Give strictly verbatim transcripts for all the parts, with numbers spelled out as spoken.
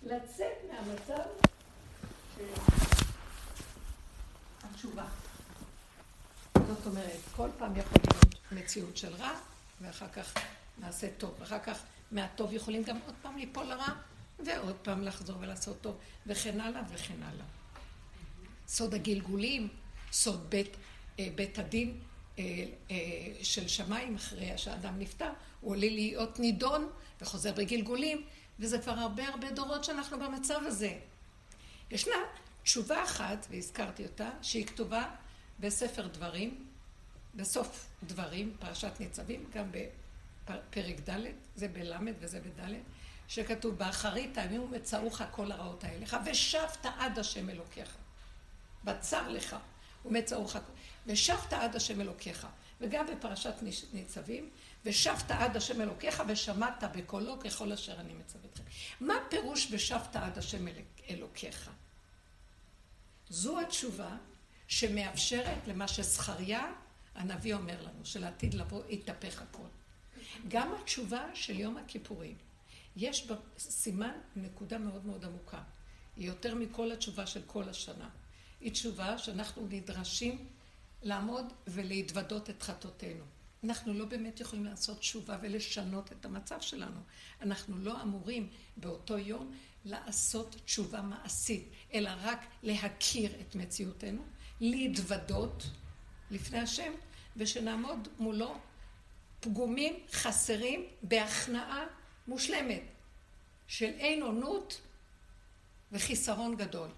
לצאת מהמצב של התשובה. זאת אומרת, כל פעם יכול להיות מציאות של רע, ואחר כך נעשה טוב. ואחר כך מהטוב יכולים גם עוד פעם ליפול לרע, ועוד פעם לחזור ולעשות טוב, וכן הלאה וכן הלאה. סוד הגלגולים, סוד בית, בית הדין של שמיים אחרי שהאדם נפטר, הוא עולה להיות נידון וחוזר בגלגולים, וזה כבר הרבה הרבה דורות שאנחנו במצב הזה. ישנה תשובה אחת, והזכרתי אותה, שהיא כתובה בספר דברים, בסוף דברים, פרשת ניצבים, גם בפרק ד', זה בלמד וזה בד', שכתוב, באחרית הימים ומצאוך כל הרעות האלה, ושבת עד השם אלוקיך. בצר לך, ומצאוך, ושבת עד השם אלוקיך. וגם בפרשת ניצבים, ושבת עד השם אלוקיך ושמעת בקולו ככל אשר אני מצוותכם. מה פירוש ושבת עד השם אלוקיך? זו התשובה שמאפשרת למה שזכריה הנביא אומר לנו, שלעתיד לבוא יתהפך הכל. גם התשובה של יום הכיפורים, יש בה סימן נקודה מאוד מאוד עמוקה. היא יותר מכל התשובה של כל השנה. היא תשובה שאנחנו נדרשים לעמוד ולהתוודות את חטאותינו. אנחנו לא באמת יכולים לעשות תשובה ולשנות את המצב שלנו. אנחנו לא אמורים באותו יום לעשות תשובה מעשית, אלא רק להכיר את מציאותנו, להתוודות לפני השם, ושנעמוד מולו פגומים, חסרים, בהכנעה מושלמת של אין עונות וחיסרון גדול.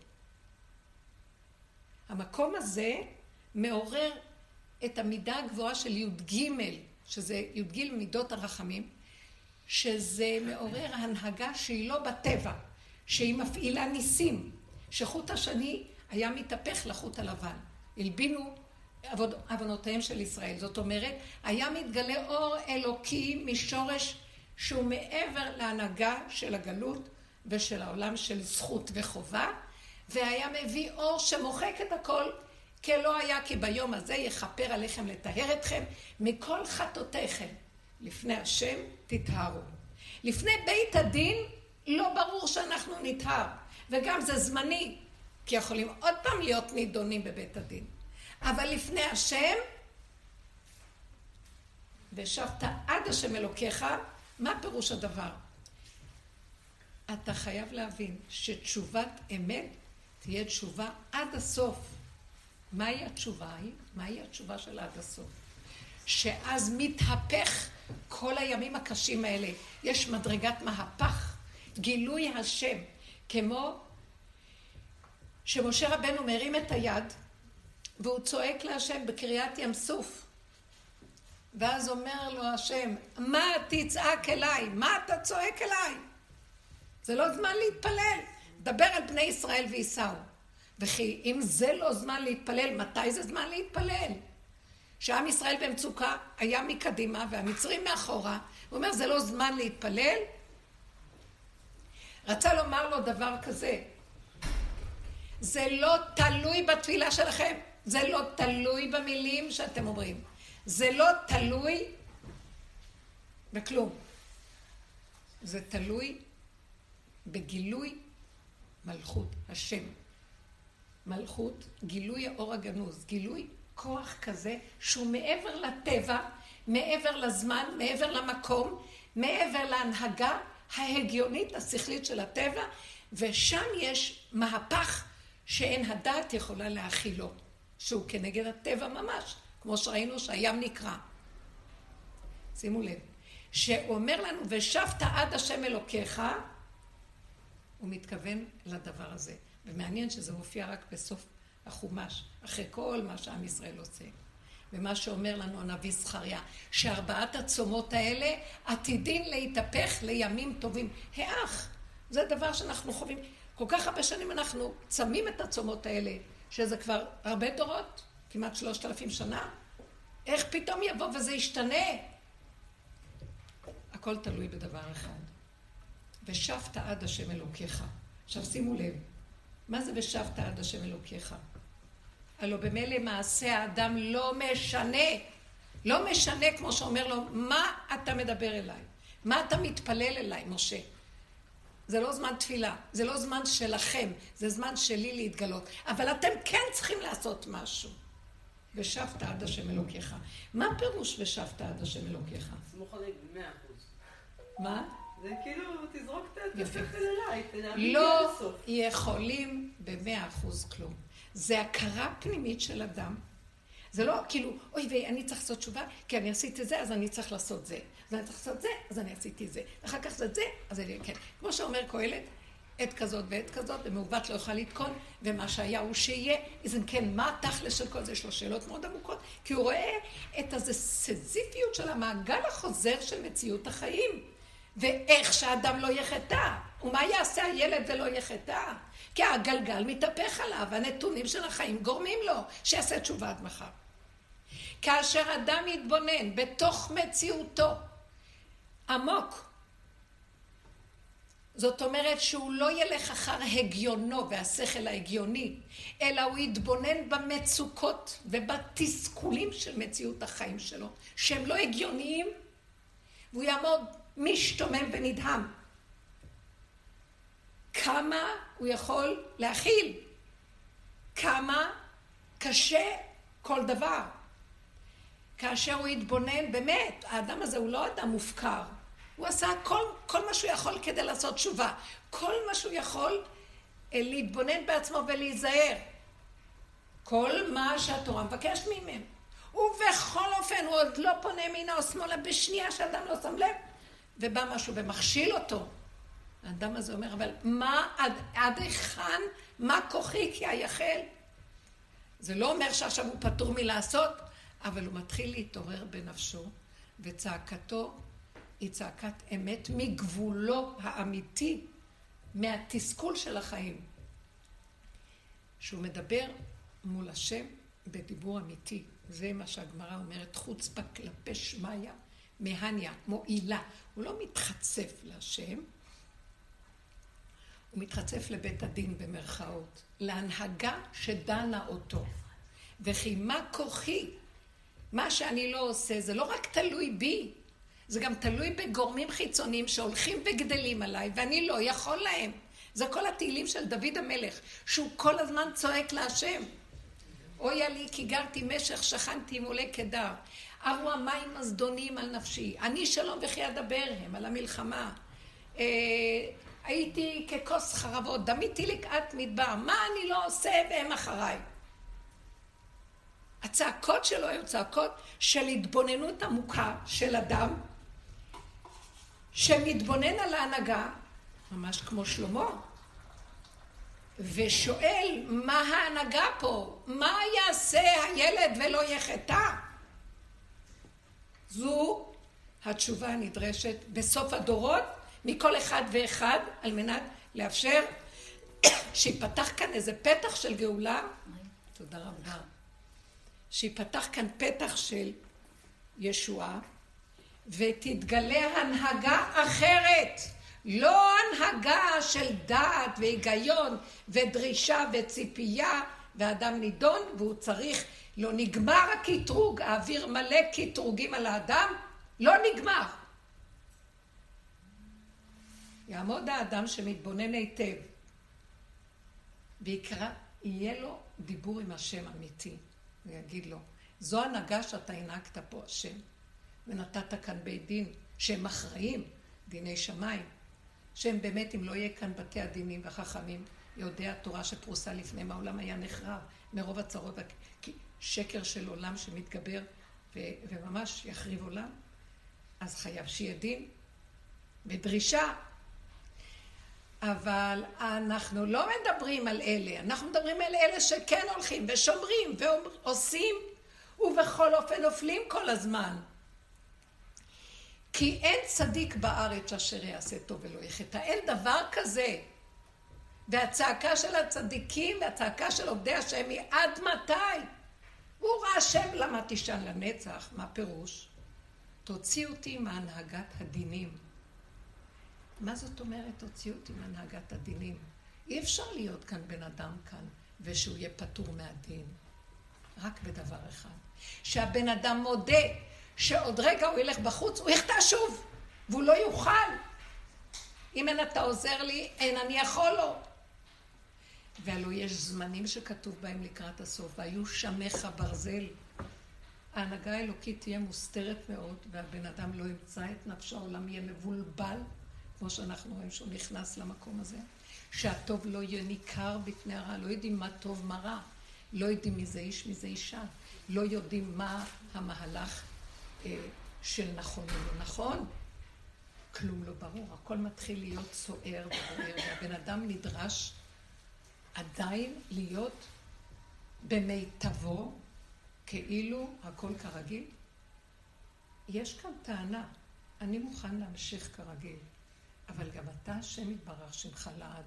המקום הזה מעורר את המידה הגבוהה של י"ג, שזה י"ג מידות הרחמים, שזה מעורר הנהגה שהיא לא בטבע, שהיא מפעילה ניסים, שחוט השני היה מתהפך לחוט הלבן. הלבינו עוונותיהם של ישראל. זאת אומרת, היה מתגלה אור אלוקי משורש שהוא מעבר להנהגה של הגלות ושל העולם של זכות וחובה, והיה מביא אור שמוחק את הכל, כי לא היה כי ביום הזה יכפר עליכם לטהר אתכם מכל חטאותיכם. לפני השם תטהרו. לפני בית הדין לא ברור שאנחנו נטהר, וגם זה זמני, כי יכולים עוד פעם להיות נידונים בבית הדין. אבל לפני השם, ושבת עד השם אלוקיך, מה פירוש הדבר? אתה חייב להבין שתשובת אמת תהיה תשובה עד הסוף. מהי התשובה? מהי התשובה של עד הסוף? שאז מתהפך כל הימים הקשים האלה. יש מדרגת מהפך, גילוי השם, כמו שמשה רבנו מרים את היד, והוא צועק להשם בקריאת ים סוף. ואז אומר לו השם, מה תצעק אליי? מה אתה צועק אליי? זה לא זמן להתפלל. דבר על בני ישראל ויסעו. וכי אם זה לא זמן להתפלל, מתי זה זמן להתפלל? שעם ישראל במצוקה היה מקדימה והמצרים מאחורה. הוא אומר, זה לא זמן להתפלל? רצה לומר לו דבר כזה. זה לא תלוי בתפילה שלכם. זה לא תלוי במילים שאתם אומרים. זה לא תלוי בכלום. זה תלוי בגילוי מלכות השם. מלכות, גילוי האור הגנוז, גילוי כוח כזה שהוא מעבר לטבע, מעבר לזמן, מעבר למקום, מעבר להנהגה ההגיונית, השכלית של הטבע, ושם יש מהפך שאין הדעת יכולה להכילו, שהוא כנגד הטבע ממש, כמו שראינו שהים נקרא. שימו לב, שהוא אומר לנו, ושבת עד השם אלוקיך, הוא מתכוון לדבר הזה. ומעניין שזה מופיע רק בסוף החומש, אחרי כל מה שעם ישראל עושה. ומה שאומר לנו הנביא זכריה, שארבעת הצומות האלה עתידין להתהפך לימים טובים. האח, זה דבר שאנחנו חווים. כל כך הרבה שנים אנחנו צמים את הצומות האלה, שזה כבר הרבה דורות, כמעט שלושת אלפים שנה. איך פתאום יבוא וזה ישתנה? הכל תלוי בדבר אחד. ושבת עד השם אלוקיך. עכשיו שימו לב, מה זה ושבת עד השם אלוקיך? הלא במילא מעשה האדם לא משנה, לא משנה כמו שאומר לו, מה אתה מדבר אליי? מה אתה מתפלל אליי, משה? זה לא זמן תפילה, זה לא זמן שלכם, זה זמן שלי להתגלות. אבל אתם כן צריכים לעשות משהו. ושבת עד השם אלוקיך. מה פירוש ושבת עד השם אלוקיך? סמוך עליי במאה אחוז. מה? זה כאילו, תזרוק את השכל אליי, תנאמין לא בסוף. יכולים במאה אחוז כלום. זה הכרה פנימית של אדם. זה לא כאילו, אוי ואני צריך לעשות תשובה, כי אני עשיתי זה, אז אני צריך לעשות זה. אז אני צריך לעשות זה, אז אני עשיתי זה. אחר כך זה זה, אז אני, כן. כמו שאומר קהלת, עת כזאת ועת כזאת, ומעוות לא יוכל לתקון, ומה שהיה הוא שיהיה. אז אם כן, מה התכל'ס של כל זה? יש לו שאלות מאוד עמוקות, כי הוא רואה את הזה סזיפיות של המעגל החוזר של מציאות החיים. ואיך שהאדם לא יחטא. ומה יעשה הילד ולא יחטא? כי הגלגל מתהפך עליו, והנתונים של החיים גורמים לו שיעשה תשובה עד מחר. כאשר אדם יתבונן בתוך מציאותו עמוק, זאת אומרת שהוא לא ילך אחר הגיונו והשכל ההגיוני, אלא הוא יתבונן במצוקות ובתסכולים של מציאות החיים שלו, שהם לא הגיוניים, והוא יעמוד משתומם ונדהם. כמה הוא יכול להכיל, כמה קשה כל דבר. כאשר הוא יתבונן, באמת, האדם הזה הוא לא אדם מופקר. הוא עשה כל, כל מה שהוא יכול כדי לעשות תשובה. כל מה שהוא יכול להתבונן בעצמו ולהיזהר. כל מה שהתורה מבקש ממנו. ובכל אופן הוא עוד לא פונה מינה או שמאלה בשנייה שאדם לא שם לב. ובא משהו ומכשיל אותו. האדם הזה אומר, אבל מה, עד, עד היכן, מה כוחי כי היחל? זה לא אומר שעכשיו הוא פטור מלעשות, אבל הוא מתחיל להתעורר בנפשו, וצעקתו היא צעקת אמת מגבולו האמיתי, מהתסכול של החיים. שהוא מדבר מול השם בדיבור אמיתי. זה מה שהגמרא אומרת, חוצפה כלפי שמיה, מהניה, מועילה. הוא לא מתחצף להשם, הוא מתחצף לבית הדין במרכאות, להנהגה שדנה אותו. וכי מה כוחי? מה שאני לא עושה, זה לא רק תלוי בי, זה גם תלוי בגורמים חיצוניים שהולכים וגדלים עליי, ואני לא יכול להם. זה כל התהילים של דוד המלך, שהוא כל הזמן צועק להשם. אוי לי כי גרתי משך, שכנתי מולי כדר. ארו המים הזדונים על נפשי. אני שלום וכי אדבר הם, על המלחמה. אה, הייתי ככוס חרבות, דמיתי לקעת מדבר. מה אני לא עושה והם אחריי? הצעקות שלו היו צעקות של התבוננות עמוקה של אדם, שמתבונן על ההנהגה, ממש כמו שלמה, ושואל מה ההנהגה פה? מה יעשה הילד ולא יחטא? זו התשובה הנדרשת בסוף הדורות מכל אחד ואחד, על מנת לאפשר שיפתח כאן איזה פתח של גאולה. תודה רבה. שיפתח כאן פתח של ישועה, ותתגלה הנהגה אחרת. לא הנהגה של דעת והיגיון ודרישה וציפייה, ואדם נידון והוא צריך, לא נגמר הקטרוג, האוויר מלא קטרוגים על האדם, לא נגמר. יעמוד האדם שמתבונן היטב, ויקרא, יהיה לו דיבור עם השם אמיתי. הוא יגיד לו, זו הנהגה שאתה הנהגת פה השם, ונתת כאן בית דין, שהם אחראים, דיני שמיים, שהם באמת, אם לא יהיה כאן בתי הדינים והחכמים, יודע התורה שפרוסה לפני העולם היה נחרב, מרוב הצרות, שקר של עולם שמתגבר, ו- וממש יחריב עולם, אז חייב שיהיה דין, בדרישה. אבל אנחנו לא מדברים על אלה, אנחנו מדברים על אלה שכן הולכים ושומרים ועושים, ובכל אופן נופלים כל הזמן. כי אין צדיק בארץ אשר יעשה טוב ולא יחטא, אין דבר כזה. והצעקה של הצדיקים והצעקה של עובדי השם היא עד מתי? הוא ראה השם למה תישן לנצח, מה פירוש? תוציא אותי מהנהגת הדינים. מה זאת אומרת תוציא אותי מהנהגת הדינים? אי אפשר להיות כאן בן אדם כאן ושהוא יהיה פטור מהדין. רק בדבר אחד. שהבן אדם מודה שעוד רגע הוא ילך בחוץ, הוא יחטא שוב, והוא לא יוכל. אם אין אתה עוזר לי, אין אני יכול לו. והלוא יש זמנים שכתוב בהם לקראת הסוף, והיו שמך ברזל. ההנהגה האלוקית תהיה מוסתרת מאוד, והבן אדם לא ימצא את נפשו, העולם יהיה מבולבל, כמו שאנחנו רואים שהוא נכנס למקום הזה, שהטוב לא יהיה ניכר בפני הרע, לא יודעים מה טוב מה רע, לא יודעים מי זה איש, מי זה אישה, לא יודעים מה המהלך אה, של נכון ולא נכון, כלום לא ברור, הכל מתחיל להיות סוער ובוער, והבן אדם נדרש עדיין להיות במיטבו, כאילו הכל כרגיל. יש כאן טענה, אני מוכן להמשיך כרגיל, אבל גם אתה, השם יתברך שמך לעד.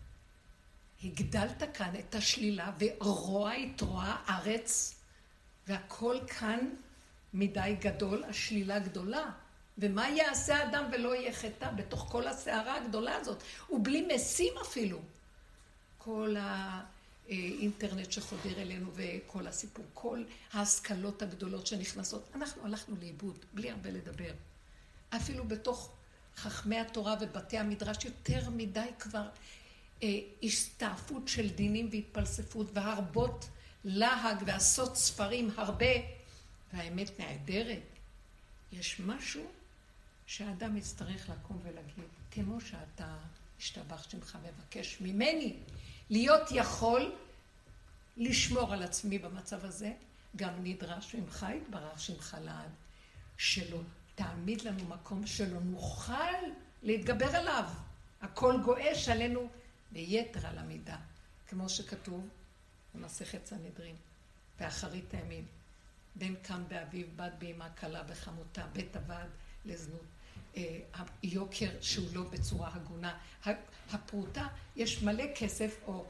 הגדלת כאן את השלילה, ורוע יתרוע ארץ, והכל כאן מדי גדול, השלילה גדולה. ומה יעשה האדם ולא יהיה חטא בתוך כל הסערה הגדולה הזאת, ובלי משים אפילו. כל האינטרנט שחודר אלינו וכל הסיפור, כל ההשכלות הגדולות שנכנסות, אנחנו הלכנו לאיבוד, בלי הרבה לדבר. אפילו בתוך חכמי התורה ובתי המדרש יותר מדי כבר אה, הסתעפות של דינים והתפלספות והרבות להג ועשות ספרים הרבה, והאמת נהדרת. יש משהו שהאדם יצטרך לקום ולהגיד, כמו שאתה השתבח שמך מבקש ממני, להיות יכול לשמור על עצמי במצב הזה, גם נדרש ממך יתברך שמך לעד, שלא תעמיד לנו מקום שלא נוכל להתגבר עליו. הכל גועש עלינו ביתר על המידה, כמו שכתוב במסכת סנהדרין, באחרית הימים, בן קם באביו, בת באמה, כלה בחמותה, בית עבד לזנות, היוקר שהוא לא בצורה הגונה, הפרוטה, יש מלא כסף, או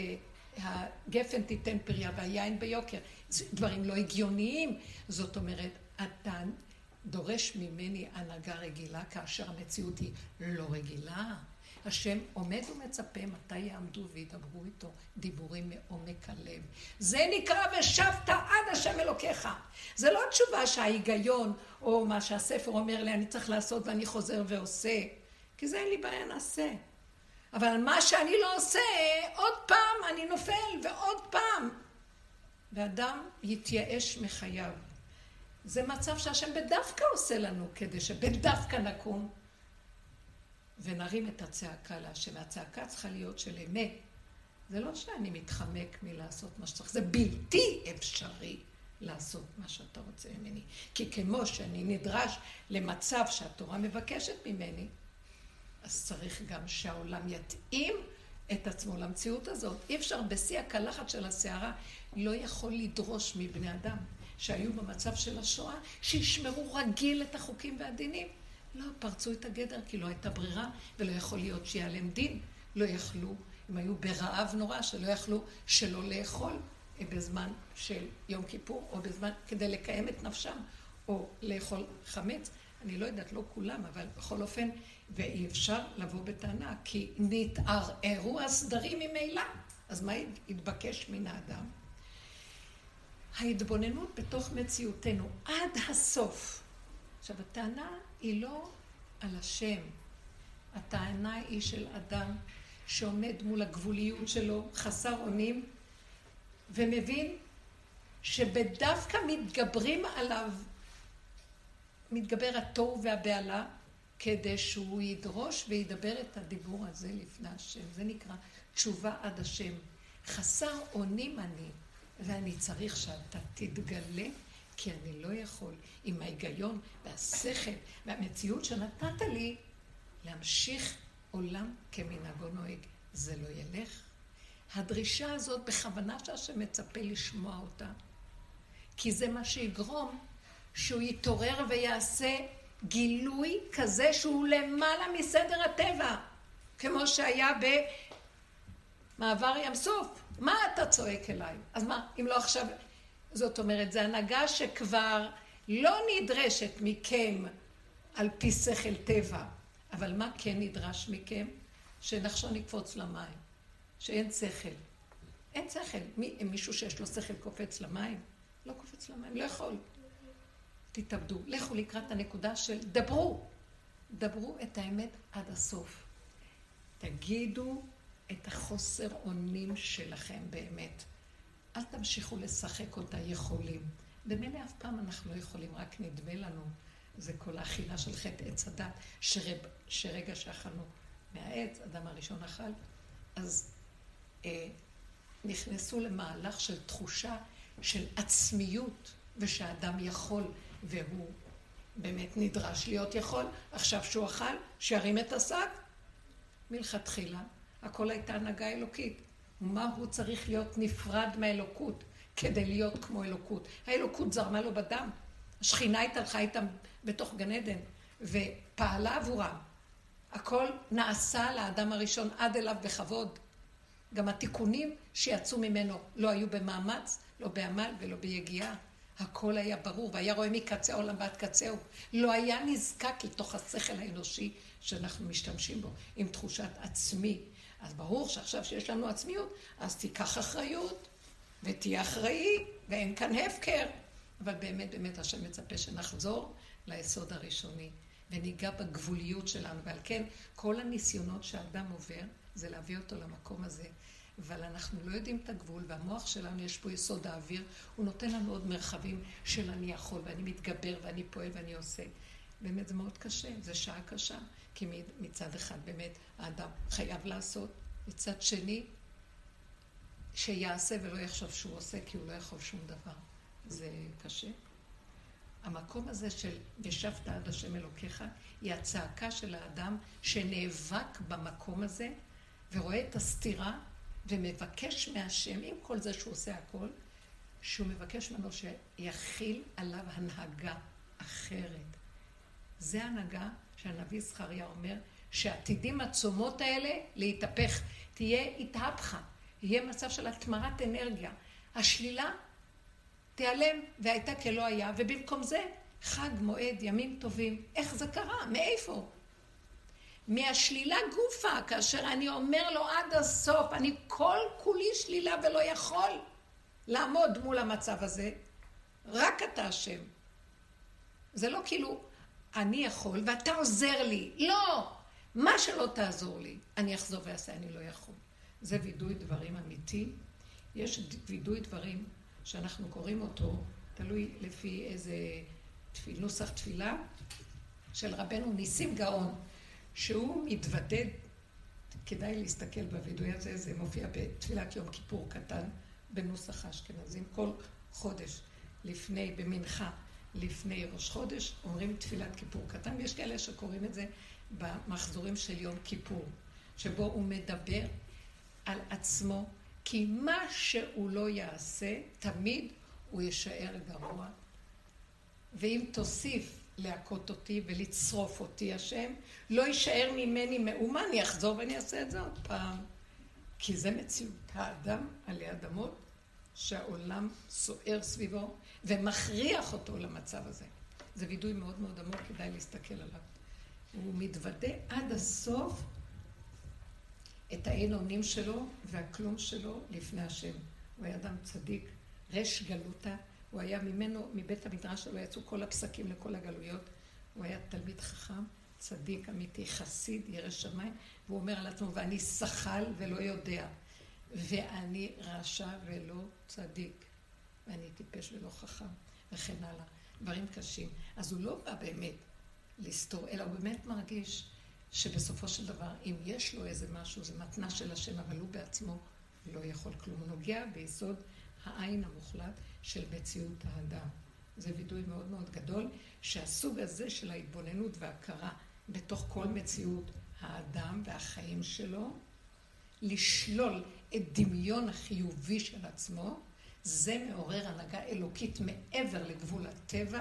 הגפן תיתן פריה והיין ביוקר, דברים לא הגיוניים. זאת אומרת, אתה דורש ממני הנהגה רגילה, כאשר המציאות היא לא רגילה. השם עומד ומצפה מתי יעמדו וידברו איתו דיבורים מעומק הלב. זה נקרא ושבת עד השם אלוקיך. זה לא תשובה שההיגיון או מה שהספר אומר לי אני צריך לעשות ואני חוזר ועושה, כי זה אין לי בעיה נעשה. אבל מה שאני לא עושה, עוד פעם אני נופל ועוד פעם. ואדם יתייאש מחייו. זה מצב שהשם בדווקא עושה לנו, כדי שבדווקא נקום ונרים את הצעקה להשם. הצעקה צריכה להיות של אמת. זה לא שאני מתחמק מלעשות מה שצריך, זה בלתי אפשרי לעשות מה שאתה רוצה ממני. כי כמו שאני נדרש למצב שהתורה מבקשת ממני, אז צריך גם שהעולם יתאים את עצמו למציאות הזאת. אי אפשר בשיא הקלחת של הסערה, לא יכול לדרוש מבני אדם שהיו במצב של השואה, שישמרו רגיל את החוקים והדינים. לא, פרצו את הגדר כי לא הייתה ברירה, ולא יכול להיות שיהיה עליהם דין. לא יכלו, הם היו ברעב נורא, שלא יכלו שלא לאכול בזמן של יום כיפור, או בזמן כדי לקיים את נפשם, או לאכול חמץ. אני לא יודעת, לא כולם, אבל בכל אופן, ואי אפשר לבוא בטענה, כי נתערערו הסדרים ממילא. אז מה יתבקש מן האדם? ההתבוננות בתוך מציאותנו עד הסוף. עכשיו, הטענה היא לא על השם. הטענה היא של אדם שעומד מול הגבוליות שלו, חסר אונים, ומבין שבדווקא מתגברים עליו, מתגבר התוהו והבעלה, כדי שהוא ידרוש וידבר את הדיבור הזה לפני השם. זה נקרא תשובה עד השם. חסר אונים אני, ואני צריך שאתה תתגלה, כי אני לא יכול עם ההיגיון והשכל והמציאות שנתת לי להמשיך עולם כמנהגו נוהג. זה לא ילך. הדרישה הזאת בכוונה שהשם מצפה לשמוע אותה, כי זה מה שיגרום שהוא יתעורר ויעשה גילוי כזה שהוא למעלה מסדר הטבע, כמו שהיה במעבר ים סוף. מה אתה צועק אליי? אז מה, אם לא עכשיו, זאת אומרת, זה הנהגה שכבר לא נדרשת מכם על פי שכל טבע, אבל מה כן נדרש מכם? שנחשון יקפוץ למים, שאין שכל. אין שכל. מי, מישהו שיש לו שכל קופץ למים? לא קופץ למים, לא יכול. תתאבדו, לכו לקראת הנקודה של דברו. דברו את האמת עד הסוף. תגידו את החוסר אונים שלכם באמת. אל תמשיכו לשחק אותה יכולים. במילא אף פעם אנחנו לא יכולים, רק נדמה לנו. זה כל האכילה של חטא עץ הדת, שרב, שרגע שאכלנו מהעץ, אדם הראשון אכל, אז אה, נכנסו למהלך של תחושה של עצמיות, ושהאדם יכול, והוא באמת נדרש להיות יכול. עכשיו שהוא אכל, שירים את השק. מלכתחילה, הכל הייתה הנהגה אלוקית. ומה הוא צריך להיות נפרד מהאלוקות, כדי להיות כמו אלוקות? האלוקות זרמה לו בדם. השכינה התהלכה איתם בתוך גן עדן, ופעלה עבורם. הכל נעשה לאדם הראשון עד אליו בכבוד. גם התיקונים שיצאו ממנו לא היו במאמץ, לא בעמל ולא ביגיעה. הכל היה ברור, והיה רואה מקצה העולם ועד קצהו. לא היה נזקק לתוך השכל האנושי שאנחנו משתמשים בו, עם תחושת עצמי. אז ברור שעכשיו שיש לנו עצמיות, אז תיקח אחריות, ותהיה אחראי, ואין כאן הפקר. אבל באמת, באמת, השם מצפה שנחזור ליסוד הראשוני, וניגע בגבוליות שלנו. ועל כן, כל הניסיונות שהאדם עובר, זה להביא אותו למקום הזה. אבל אנחנו לא יודעים את הגבול, והמוח שלנו יש פה יסוד האוויר, הוא נותן לנו עוד מרחבים של אני יכול, ואני מתגבר, ואני פועל, ואני עושה. באמת זה מאוד קשה, זה שעה קשה, כי מצד אחד באמת האדם חייב לעשות, מצד שני, שיעשה ולא יחשוב שהוא עושה, כי הוא לא יכול שום דבר. זה קשה. המקום הזה של ושבת עד השם אלוקיך, היא הצעקה של האדם שנאבק במקום הזה, ורואה את הסתירה, ומבקש מהשם, עם כל זה שהוא עושה הכל, שהוא מבקש ממנו שיכיל עליו הנהגה אחרת. זה הנהגה שהנביא זכריה אומר, שעתידים הצומות האלה להתהפך, תהיה התהפכה, יהיה מצב של התמרת אנרגיה. השלילה תיעלם והייתה כלא היה, ובמקום זה חג, מועד, ימים טובים. איך זה קרה? מאיפה? מהשלילה גופה, כאשר אני אומר לו עד הסוף, אני כל כולי שלילה ולא יכול לעמוד מול המצב הזה, רק אתה השם. זה לא כאילו, אני יכול ואתה עוזר לי. לא! מה שלא תעזור לי, אני אחזור ועשה, אני לא יכול. זה וידוי דברים אמיתי. יש וידוי דברים שאנחנו קוראים אותו, תלוי לפי איזה תפיל, נוסח תפילה, של רבנו ניסים גאון, שהוא מתוודד, כדאי להסתכל בוידוי הזה, זה מופיע בתפילת יום כיפור קטן, בנוסח האשכנזים, כל חודש לפני, במנחה, לפני ראש חודש, אומרים תפילת כיפור קטן, ויש כאלה שקוראים את זה במחזורים של יום כיפור, שבו הוא מדבר על עצמו, כי מה שהוא לא יעשה, תמיד הוא יישאר גרוע. ואם תוסיף להכות אותי ולצרוף אותי השם, לא יישאר ממני מאומה, אני אחזור ואני אעשה את זה עוד פעם. כי זה מציאות האדם עלי אדמות, שהעולם סוער סביבו, ומכריח אותו למצב הזה. זה וידוי מאוד מאוד עמוק, כדאי להסתכל עליו. הוא מתוודה עד הסוף את האין אונים שלו והכלום שלו לפני השם. הוא היה אדם צדיק, רש גלותה, הוא היה ממנו, מבית המדרש שלו יצאו כל הפסקים לכל הגלויות, הוא היה תלמיד חכם, צדיק, אמיתי, חסיד, ירא שמיים, והוא אומר על עצמו, ואני שחל ולא יודע, ואני רשע ולא צדיק, ואני טיפש ולא חכם, וכן הלאה, דברים קשים. אז הוא לא בא באמת לסתור, אלא הוא באמת מרגיש שבסופו של דבר, אם יש לו איזה משהו, זה מתנה של השם, אבל הוא בעצמו לא יכול כלום. הוא נוגע ביסוד העין המוחלט של מציאות האדם. זה וידוי מאוד מאוד גדול, שהסוג הזה של ההתבוננות וההכרה בתוך כל מציאות האדם והחיים שלו, לשלול את דמיון החיובי של עצמו, זה מעורר הנהגה אלוקית מעבר לגבול הטבע,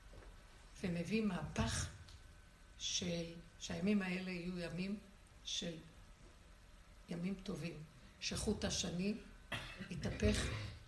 ומביא מהפך של, שהימים האלה יהיו ימים של ימים טובים, שחוט השני יתהפך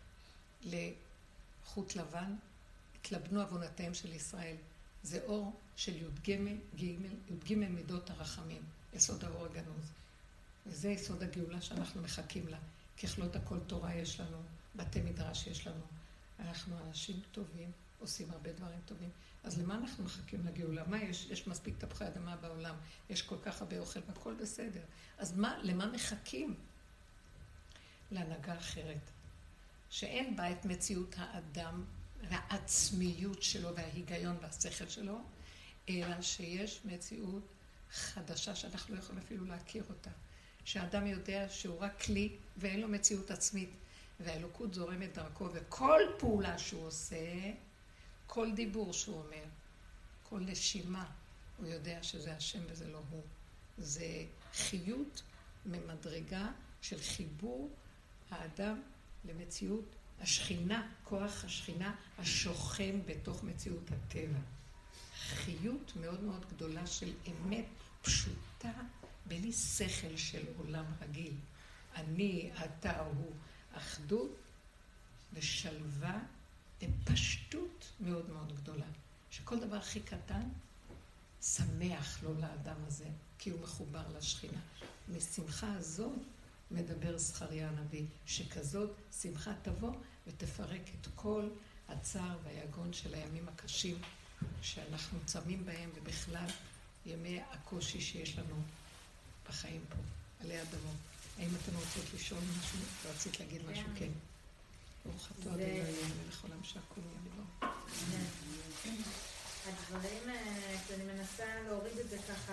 לחוט לבן, התלבנו עוונותיהם של ישראל. זה אור של י"ג מידות הרחמים, יסוד האור הגנוז. וזה יסוד הגאולה שאנחנו מחכים לה. ככלות הכל תורה יש לנו, בתי מדרש יש לנו. אנחנו אנשים טובים, עושים הרבה דברים טובים. אז למה אנחנו מחכים לגאולה? מה יש? יש מספיק תפוחי אדמה בעולם, יש כל כך הרבה אוכל והכל בסדר. אז מה, למה מחכים? להנהגה אחרת, שאין בה את מציאות האדם והעצמיות שלו וההיגיון והשכל שלו, אלא שיש מציאות חדשה שאנחנו לא יכולים אפילו להכיר אותה. שהאדם יודע שהוא רק כלי ואין לו מציאות עצמית, והאלוקות זורמת דרכו, וכל פעולה שהוא עושה, כל דיבור שהוא אומר, כל נשימה, הוא יודע שזה השם וזה לא הוא. זה חיות ממדרגה של חיבור האדם למציאות השכינה, כוח השכינה השוכן בתוך מציאות הטבע. חיות מאוד מאוד גדולה של אמת פשוטה, בלי שכל של עולם רגיל. אני, אתה, הוא, אחדות ושלווה ופשטות מאוד מאוד גדולה. שכל דבר הכי קטן שמח לו לאדם הזה, כי הוא מחובר לשכינה. משמחה הזאת מדבר זכריה הנביא, שכזאת שמחה תבוא ותפרק את כל הצער והיגון של הימים הקשים שאנחנו צמים בהם, ובכלל ימי הקושי שיש לנו בחיים פה, עלי אדמות. האם אתן רוצות לשאול משהו? רצית להגיד משהו? כן. ברוך אתה אדוני מלך עולם שהכל יהיה בדברו. הדברים, כשאני מנסה להוריד את זה ככה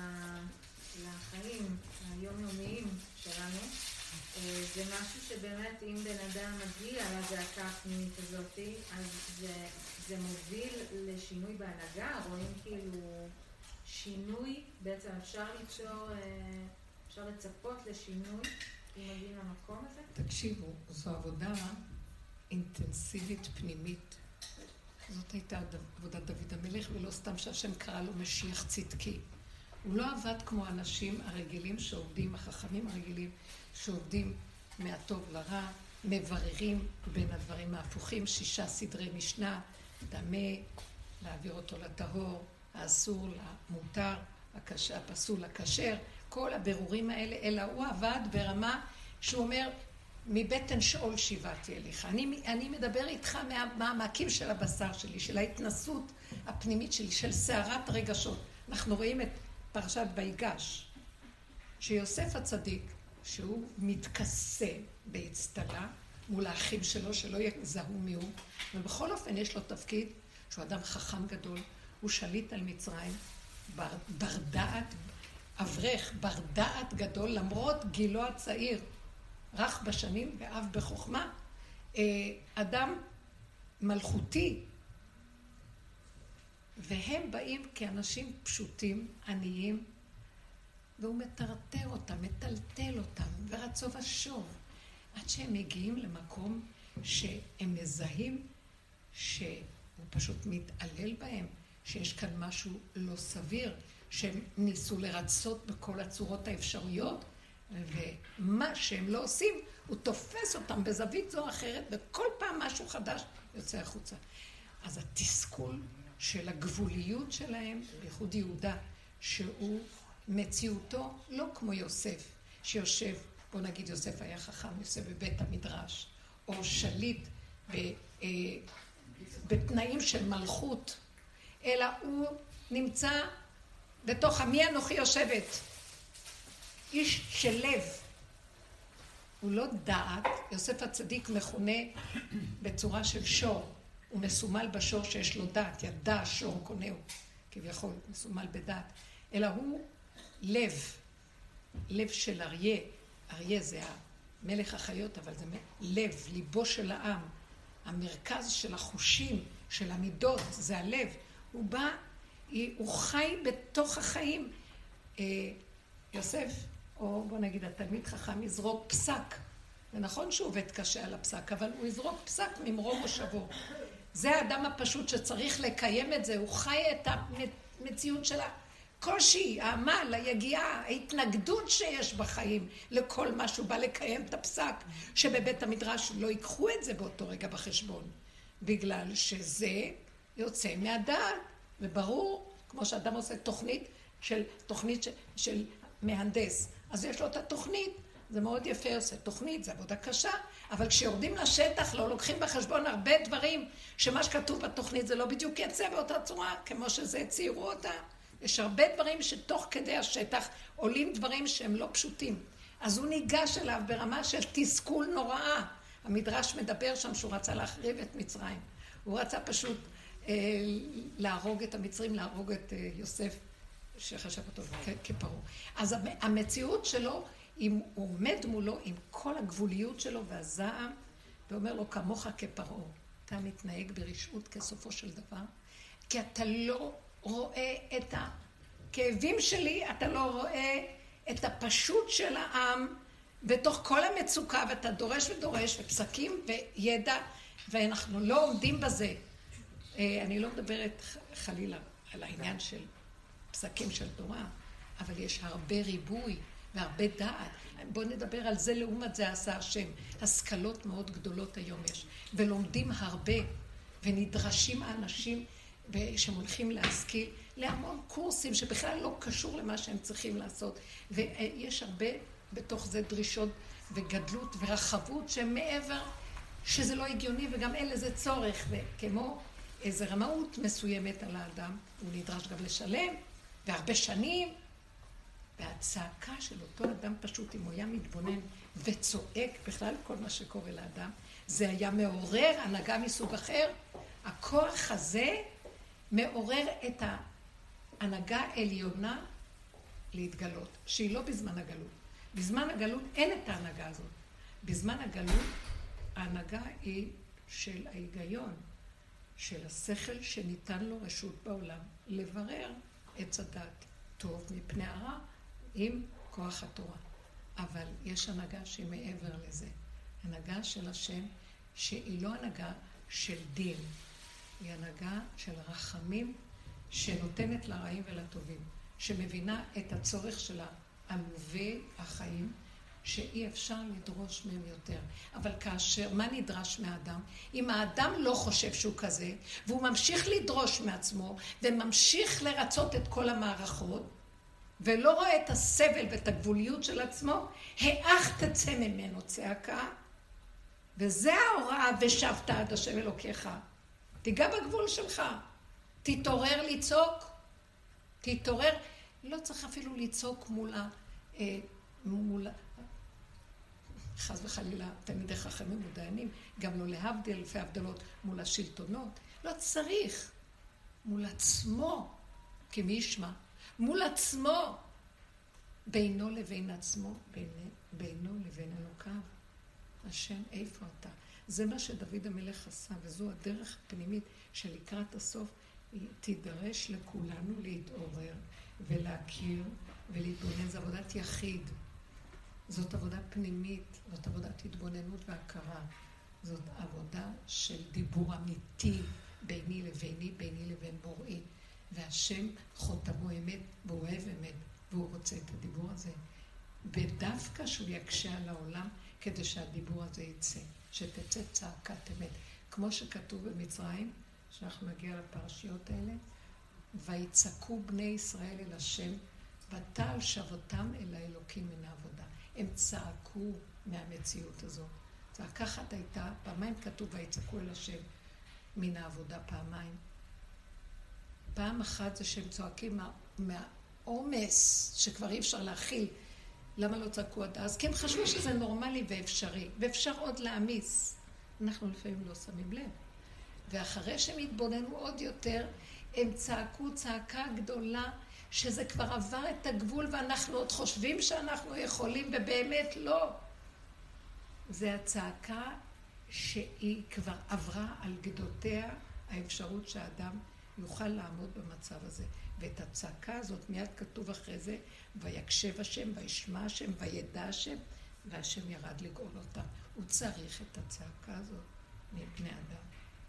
לחיים היומיומיים שלנו, זה משהו שבאמת אם בן אדם מגיע לזעקה הפנימית הזאת, אז זה, זה מוביל לשינוי בהנהגה, רואים כאילו שינוי, בעצם אפשר ליצור, אפשר לצפות לשינוי אם מגיעים למקום הזה? תקשיבו, זו עבודה אינטנסיבית פנימית. זאת הייתה עבודת דוד המלך, ולא סתם שהשם קרא לו משיח צדקי. הוא לא עבד כמו האנשים הרגילים שעובדים, החכמים הרגילים, שעובדים מהטוב לרע, מבררים בין הדברים ההפוכים, שישה סדרי משנה, דמה, להעביר אותו לטהור, האסור למותר, הפסול לכשר, כל הבירורים האלה, אלא הוא עבד ברמה שהוא אומר, מבטן שאול שיבעתי אליך. אני, אני מדבר איתך מהמעמקים של הבשר שלי, של ההתנסות הפנימית שלי, של סערת רגשות. אנחנו רואים את פרשת ויגש, שיוסף הצדיק, שהוא מתכסה באצטלה מול האחים שלו, שלא יזהו מיהו, ובכל אופן יש לו תפקיד שהוא אדם חכם גדול, הוא שליט על מצרים, בר, בר דעת, אברך, בר דעת גדול, למרות גילו הצעיר, רך בשנים ואב בחוכמה, אדם מלכותי, והם באים כאנשים פשוטים, עניים, והוא מטרטר אותם, מטלטל אותם, ורצו ושוב, עד שהם מגיעים למקום שהם מזהים שהוא פשוט מתעלל בהם, שיש כאן משהו לא סביר, שהם ניסו לרצות בכל הצורות האפשריות, ומה שהם לא עושים, הוא תופס אותם בזווית זו או אחרת, וכל פעם משהו חדש יוצא החוצה. אז התסכול של הגבוליות שלהם, בייחוד יהודה, שהוא מציאותו לא כמו יוסף, שיושב, בוא נגיד יוסף היה חכם, יוסף בבית המדרש, או שליט ב, אה, בתנאים של מלכות, אלא הוא נמצא בתוך עמי אנוכי יושבת, איש של לב. הוא לא דעת, יוסף הצדיק מכונה בצורה של שור, הוא מסומל בשור שיש לו דעת, ידע שור קונהו, כביכול מסומל בדעת, אלא הוא לב, לב של אריה, אריה זה המלך החיות, אבל זה לב, ליבו של העם, המרכז של החושים, של המידות, זה הלב, הוא בא, הוא חי בתוך החיים. יוסף, או בוא נגיד, התלמיד חכם יזרוק פסק, ונכון שהוא עובד קשה על הפסק, אבל הוא יזרוק פסק ממרום מושבו. זה האדם הפשוט שצריך לקיים את זה, הוא חי את המציאות של הקושי, העמל, היגיעה, ההתנגדות שיש בחיים לכל מה שהוא בא לקיים את הפסק, שבבית המדרש לא ייקחו את זה באותו רגע בחשבון, בגלל שזה יוצא מהדעת, וברור, כמו שאדם עושה תוכנית של, תוכנית של, של מהנדס, אז יש לו את התוכנית, זה מאוד יפה, עושה תוכנית, זה עבודה קשה, אבל כשיורדים לשטח לא לוקחים בחשבון הרבה דברים, שמה שכתוב בתוכנית זה לא בדיוק יצא באותה צורה, כמו שזה ציירו אותה. יש הרבה דברים שתוך כדי השטח עולים דברים שהם לא פשוטים. אז הוא ניגש אליו ברמה של תסכול נוראה. המדרש מדבר שם שהוא רצה להחריב את מצרים. הוא רצה פשוט אה, להרוג את המצרים, להרוג את אה, יוסף, שחשב אותו כפרעה. אז המציאות שלו, אם הוא עומד מולו עם כל הגבוליות שלו והזעם, ואומר לו, כמוך כפרעה, אתה מתנהג ברשעות כסופו של דבר, כי אתה לא רואה את הכאבים שלי, אתה לא רואה את הפשוט של העם, בתוך כל המצוקה, ואתה דורש ודורש, ופסקים וידע, ואנחנו לא עומדים בזה. אני לא מדברת חלילה על העניין של פסקים של תורה, אבל יש הרבה ריבוי והרבה דעת. בואו נדבר על זה, לעומת זה עשה השם. השכלות מאוד גדולות היום יש, ולומדים הרבה, ונדרשים האנשים שהם הולכים להשכיל, להמון קורסים שבכלל לא קשור למה שהם צריכים לעשות. ויש הרבה בתוך זה דרישות וגדלות ורחבות שהם מעבר, שזה לא הגיוני, וגם אין לזה צורך, וכמו איזו רמאות מסוימת על האדם, הוא נדרש גם לשלם, והרבה שנים, והצעקה של אותו אדם פשוט, אם הוא היה מתבונן וצועק בכלל כל מה שקורה לאדם, זה היה מעורר הנהגה מסוג אחר. הכוח הזה מעורר את ההנהגה העליונה להתגלות, שהיא לא בזמן הגלות. בזמן הגלות אין את ההנהגה הזאת. בזמן הגלות ההנהגה היא של ההיגיון, של השכל שניתן לו רשות בעולם לברר את הדת טוב מפני הרע עם כוח התורה. אבל יש הנהגה שהיא מעבר לזה. הנהגה של השם שהיא לא הנהגה של דין, היא הנהגה של רחמים שנותנת לרעים ולטובים, שמבינה את הצורך של העלובי החיים, שאי אפשר לדרוש מהם יותר. אבל כאשר, מה נדרש מהאדם? אם האדם לא חושב שהוא כזה, והוא ממשיך לדרוש מעצמו, וממשיך לרצות את כל המערכות, ולא רואה את הסבל ואת הגבוליות של עצמו, האח תצא ממנו צעקה, וזה ההוראה, ושבת עד השם אלוקיך. תיגע בגבול שלך, תתעורר לצעוק, תתעורר, לא צריך אפילו לצעוק מול ה... מול... חס וחלילה, תלמידי חכמים ודיינים, גם לא להבדיל אלפי הבדלות מול השלטונות, לא צריך, מול עצמו, כמי ישמע, מול עצמו, בינו לבין עצמו, בינו, בינו לבין אלוקיו. השם, איפה אתה? זה מה שדוד המלך עשה, וזו הדרך הפנימית שלקראת הסוף תידרש לכולנו להתעורר ולהכיר ולהתבונן. זו עבודת יחיד, זאת עבודה פנימית, זאת עבודת התבוננות והכרה, זאת עבודה של דיבור אמיתי ביני לביני, ביני לבין בוראי, והשם חותמו אמת והוא אוהב אמת והוא רוצה את הדיבור הזה, ודווקא שהוא יקשה על העולם כדי שהדיבור הזה יצא, שתצא צעקת אמת, כמו שכתוב במצרים, שאנחנו נגיע לפרשיות האלה, ויצעקו בני ישראל אל השם, ותעל שבותם אל האלוקים מן העבודה. הם צעקו מהמציאות הזאת. צעקה אחת הייתה, פעמיים כתוב ויצעקו אל השם מן העבודה, פעמיים. פעם אחת זה שהם צועקים מה, מהעומס שכבר אי אפשר להכיל. למה לא צעקו עד אז? כי הם חשבו שזה נורמלי ואפשרי, ואפשר עוד להעמיס. אנחנו לפעמים לא שמים לב. ואחרי שהם התבוננו עוד יותר, הם צעקו צעקה גדולה, שזה כבר עבר את הגבול, ואנחנו עוד חושבים שאנחנו יכולים, ובאמת לא. זה הצעקה שהיא כבר עברה על גדותיה, האפשרות שהאדם יוכל לעמוד במצב הזה. ואת הצעקה הזאת מיד כתוב אחרי זה, ויקשב השם, וישמע השם, וידע השם, והשם ירד לגאול אותם. הוא צריך את הצעקה הזאת מבני אדם.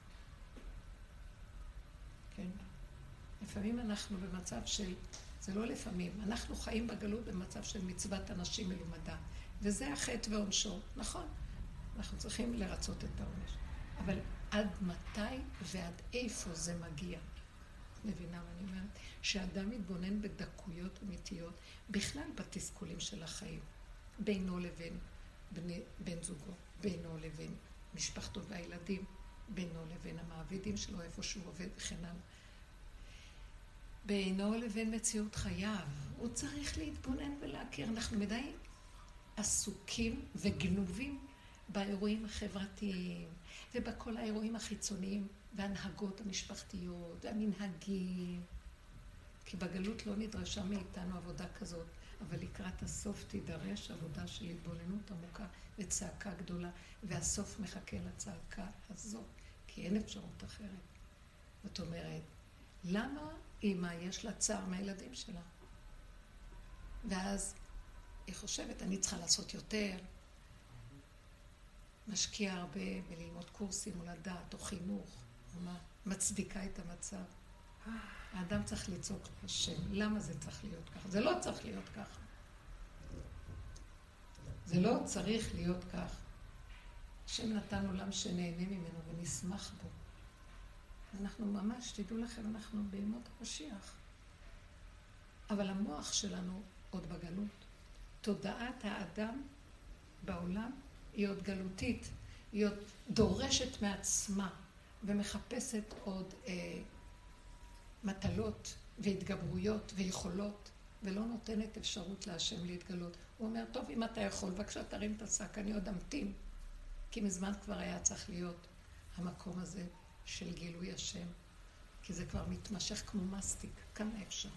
כן? לפעמים אנחנו במצב של, זה לא לפעמים, אנחנו חיים בגלות במצב של מצוות אנשים מלומדה, וזה החטא ועונשו, נכון? אנחנו צריכים לרצות את העונש. אבל עד מתי ועד איפה זה מגיע? מבינה מה אני אומרת? שאדם מתבונן בדקויות אמיתיות, בכלל בתסכולים של החיים. בינו לבין בני, בן זוגו, בינו לבין משפחתו והילדים, בינו לבין המעבידים שלו, איפה שהוא עובד וכן הלאה. בינו לבין מציאות חייו. הוא צריך להתבונן ולהכיר. אנחנו מדי עסוקים וגנובים באירועים החברתיים ובכל האירועים החיצוניים והנהגות המשפחתיות והמנהגים. כי בגלות לא נדרשה מאיתנו עבודה כזאת, אבל לקראת הסוף תידרש עבודה של התבוננות עמוקה וצעקה גדולה, והסוף מחכה לצעקה הזאת, כי אין אפשרות אחרת. זאת אומרת, למה אמא יש לה צער מהילדים שלה? ואז היא חושבת, אני צריכה לעשות יותר, משקיעה הרבה בללמוד קורסים או לדעת או חינוך, או מה, מצדיקה את המצב. האדם צריך לצעוק לשם. למה זה צריך להיות ככה? זה לא צריך להיות ככה. זה לא צריך להיות ככה. השם נתן עולם שנהנה ממנו ונשמח בו. אנחנו ממש, תדעו לכם, אנחנו בימות המשיח. אבל המוח שלנו עוד בגלות. תודעת האדם בעולם היא עוד גלותית. היא עוד דורשת מעצמה ומחפשת עוד אה, מטלות והתגברויות ויכולות, ולא נותנת אפשרות להשם להתגלות. הוא אומר, טוב, אם אתה יכול, בבקשה תרים את השק, אני עוד אמתין. כי מזמן כבר היה צריך להיות המקום הזה של גילוי השם, כי זה כבר מתמשך כמו מסטיק, כמה אפשר.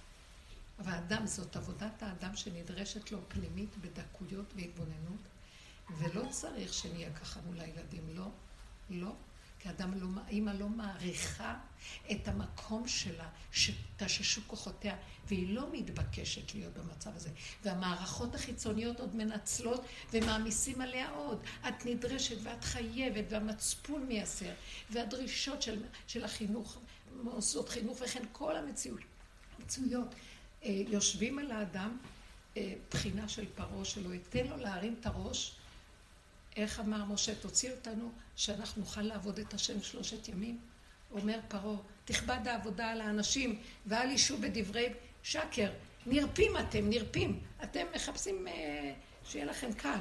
אבל האדם, זאת עבודת האדם שנדרשת לו פנימית בדקויות והתבוננות, ולא צריך שנהיה ככה מול הילדים, לא, לא. כי אדם לא, אמא לא מעריכה את המקום שלה, שתששו כוחותיה, והיא לא מתבקשת להיות במצב הזה. והמערכות החיצוניות עוד מנצלות ומעמיסים עליה עוד. את נדרשת ואת חייבת, והמצפון מייסר, והדרישות של, של החינוך, מוסדות חינוך, וכן כל המציאות, המצויות, יושבים על האדם בחינה של פרעה שלו, ייתן לו להרים את הראש, איך אמר משה, תוציא אותנו שאנחנו נוכל לעבוד את השם שלושת ימים? אומר פרעה, תכבד העבודה על האנשים ואל ישו בדברי שקר. נרפים אתם, נרפים. אתם מחפשים אה, שיהיה לכם קל.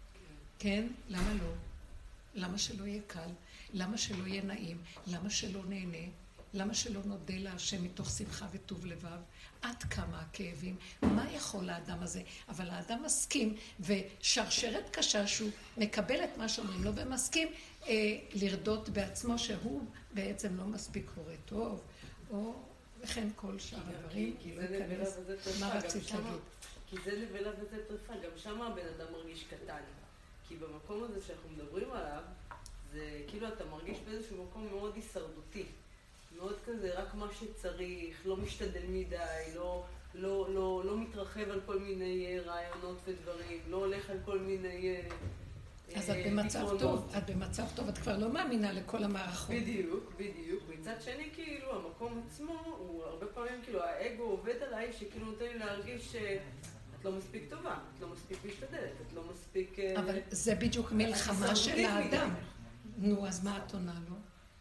כן? למה לא? למה שלא יהיה קל? למה שלא יהיה נעים? למה שלא נהנה? למה שלא נודה להשם מתוך שמחה וטוב לבב? עד כמה הכאבים? מה יכול האדם הזה? אבל האדם מסכים, ושרשרת קשה שהוא מקבל את מה שאומרים לו, ומסכים אה, לרדות בעצמו שהוא בעצם לא מספיק הורה טוב, או וכן כל שאר הדברים. כי זה נבלה וזה טרפה. מה רצית להגיד? כי זה נבלה וזה טרפה. גם שם הבן אדם מרגיש קטן. כי במקום הזה שאנחנו מדברים עליו, זה כאילו אתה מרגיש באיזשהו מקום מאוד הישרדותי. מאוד כזה, רק מה שצריך, לא משתדל מדי, לא, לא, לא, לא מתרחב על כל מיני רעיונות ודברים, לא הולך על כל מיני אז את במצב טוב, את במצב טוב, את כבר לא מאמינה לכל המערכות. בדיוק, בדיוק. מצד שני, כאילו, המקום עצמו, הוא הרבה פעמים, כאילו, האגו עובד עליי, שכאילו נותן לי להרגיש שאת לא מספיק טובה, את לא מספיק משתדלת, את לא מספיק... אבל זה בדיוק מלחמה של האדם. נו, אז מה את עונה לו?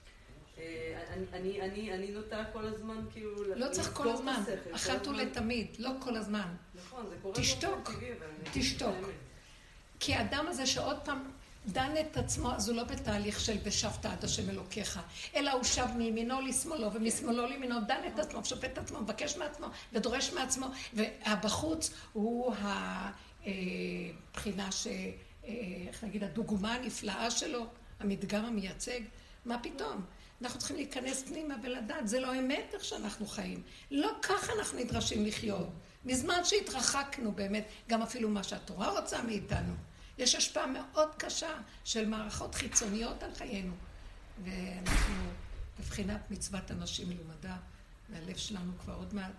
אני, אני, אני, אני נוטה כל הזמן, כאילו... לא צריך כל הזמן, אחת ולתמיד, לא כל הזמן. נכון, זה קורה... תשתוק, תשתוק. כי האדם הזה שעוד פעם דן את עצמו, אז הוא לא בתהליך של ושבת עד השם אלוקיך, אלא הוא שב מימינו לשמאלו ומשמאלו לימינו, דן את עצמו, שופט את עצמו, מבקש מעצמו ודורש מעצמו, והבחוץ הוא הבחינה ש... איך נגיד, הדוגמה הנפלאה שלו, המדגם המייצג, מה פתאום? אנחנו צריכים להיכנס פנימה ולדעת, זה לא אמת איך שאנחנו חיים. לא ככה אנחנו נדרשים לחיות. מזמן שהתרחקנו באמת, גם אפילו מה שהתורה רוצה מאיתנו. יש השפעה מאוד קשה של מערכות חיצוניות על חיינו. ואנחנו בבחינת מצוות אנשים מלומדה, והלב שלנו כבר עוד מעט